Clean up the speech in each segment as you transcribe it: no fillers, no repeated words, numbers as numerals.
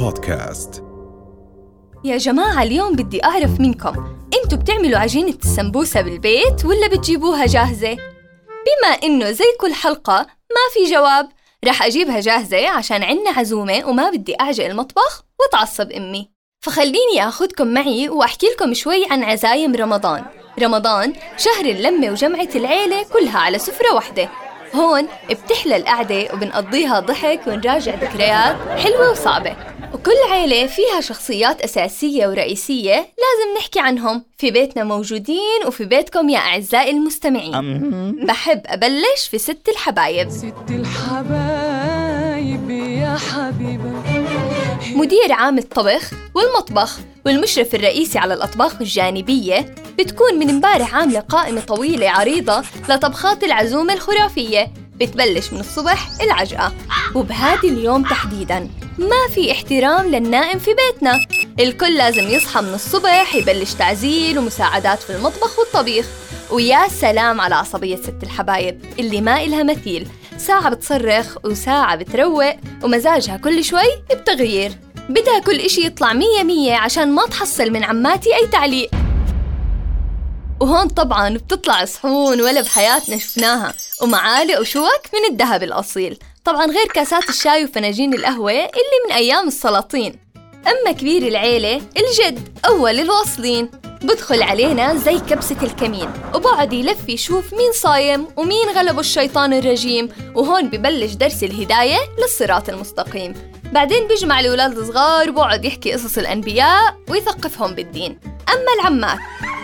بودكاست. يا جماعة اليوم بدي أعرف منكم، أنتوا بتعملوا عجينة السمبوسة بالبيت ولا بتجيبوها جاهزة؟ بما إنه زي كل حلقة ما في جواب، رح أجيبها جاهزة عشان عنا عزومة وما بدي أعجق المطبخ وتعصب أمي. فخليني أخذكم معي وأحكي لكم شوي عن عزايم رمضان. رمضان شهر اللمة وجمعة العيلة كلها على سفرة واحدة. هون بتحلى القعدة وبنقضيها ضحك ونراجع ذكريات حلوة وصعبة، وكل عيلة فيها شخصيات أساسية ورئيسية لازم نحكي عنهم. في بيتنا موجودين وفي بيتكم يا أعزائي المستمعين. بحب أبلش في ست الحبايب. ست الحبايب يا حبيبة، مدير عام الطبخ والمطبخ والمشرف الرئيسي على الأطباق الجانبية بتكون من امبارح عاملة قائمة طويلة عريضة لطبخات العزومة الخرافية. بتبلش من الصبح العجقة، وبهذا اليوم تحديداً ما في احترام للنائم في بيتنا. الكل لازم يصحى من الصبح يبلش تعزيل ومساعدات في المطبخ والطبيخ. ويا سلام على عصبية ست الحبايب اللي ما إلها مثيل، ساعة بتصرخ وساعة بتروق ومزاجها كل شوي بتغيير. بدها كل إشي يطلع 100 عشان ما تحصل من عماتي أي تعليق. وهون طبعاً بتطلع صحون ولا بحياتنا شفناها، ومعالق وشوك من الذهب الأصيل، طبعاً غير كاسات الشاي وفناجين القهوة اللي من أيام السلاطين. أما كبير العيلة الجد أول الواصلين بدخل علينا زي كبسة الكمين، وبعد يلف يشوف مين صايم ومين غلبه الشيطان الرجيم، وهون ببلش درس الهداية للصراط المستقيم. بعدين بيجمع الأولاد الصغار وبعد يحكي قصص الأنبياء ويثقفهم بالدين. أما العمات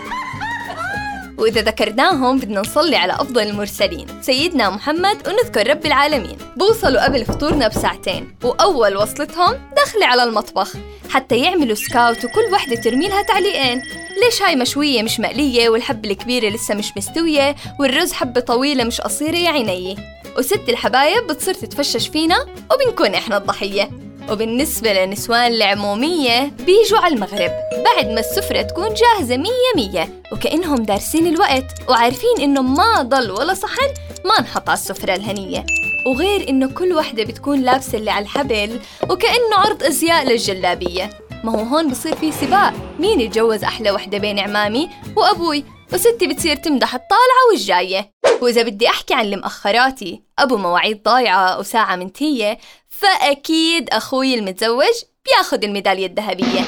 وإذا ذكرناهم بدنا نصلي على أفضل المرسلين سيدنا محمد ونذكر رب العالمين. بوصلوا قبل فطورنا بساعتين، وأول وصلتهم دخلي على المطبخ حتى يعملوا سكاوت وكل وحدة ترمي لها تعليقين. ليش هاي مشوية مش مقلية، والحبة الكبيرة لسه مش مستوية، والرز حبة طويلة مش قصيرة يا عيني. وست الحبايب بتصير تتفشش فينا وبنكون إحنا الضحية. وبالنسبة لنسوان العمومية بيجوا على المغرب بعد ما السفرة تكون جاهزة 100 وكأنهم دارسين الوقت وعارفين إنه ما ضل ولا صحن ما نحط على السفرة الهنية. وغير إنه كل وحدة بتكون لابسة اللي على الحبل وكأنه عرض أزياء للجلابية. ما هو هون بصير في سباق مين يتجوز أحلى وحدة بين عمامي وأبوي، وستي بتصير تمدح الطالعة والجاية. وإذا بدي أحكي عن المؤخراتي أبو مواعيد ضايعة وساعة منتية، فأكيد أخوي المتزوج بياخد الميدالية الذهبية.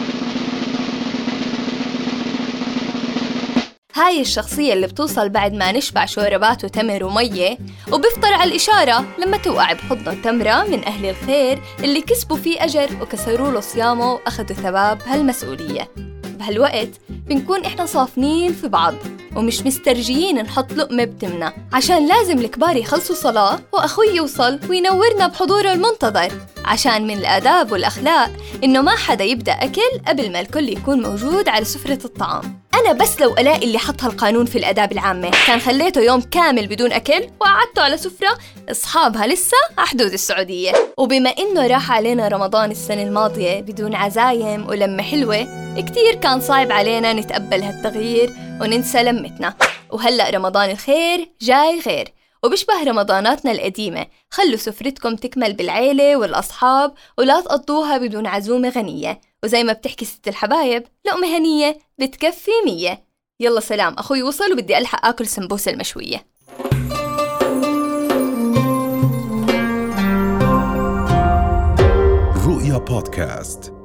هاي الشخصية اللي بتوصل بعد ما نشبع شوربات وتمر ومية، وبفطر على الإشارة لما توقع بحضن تمرة من أهل الخير اللي كسبوا فيه أجر وكسروا له صيامه وأخذوا ثواب هالمسؤولية. بهالوقت بنكون إحنا صافنين في بعض ومش مسترجيين نحط لقمة بتمنا، عشان لازم الكبار يخلصوا صلاة وأخوي يوصل وينورنا بحضوره المنتظر. عشان من الآداب والأخلاق إنه ما حدا يبدأ أكل قبل ما الكل يكون موجود على سفرة الطعام. أنا بس لو ألاقي اللي حط هالقانون في الآداب العامة كان خليته يوم كامل بدون أكل وقعدته على سفرة أصحابها لسه على حدود السعودية. وبما إنه راح علينا رمضان السنة الماضية بدون عزايم ولمة حلوة، كتير كان صعب علينا نتقبل هالتغيير وننسى لمتنا. وهلأ رمضان الخير جاي غير وبشبه رمضاناتنا القديمة. خلوا سفرتكم تكمل بالعيلة والأصحاب ولا تقضوها بدون عزومة غنية. وزي ما بتحكي ست الحبايب، لقمة هنية بتكفي 100. يلا سلام، أخوي وصل وبدي ألحق آكل سمبوسة المشوية. رؤيا بودكاست.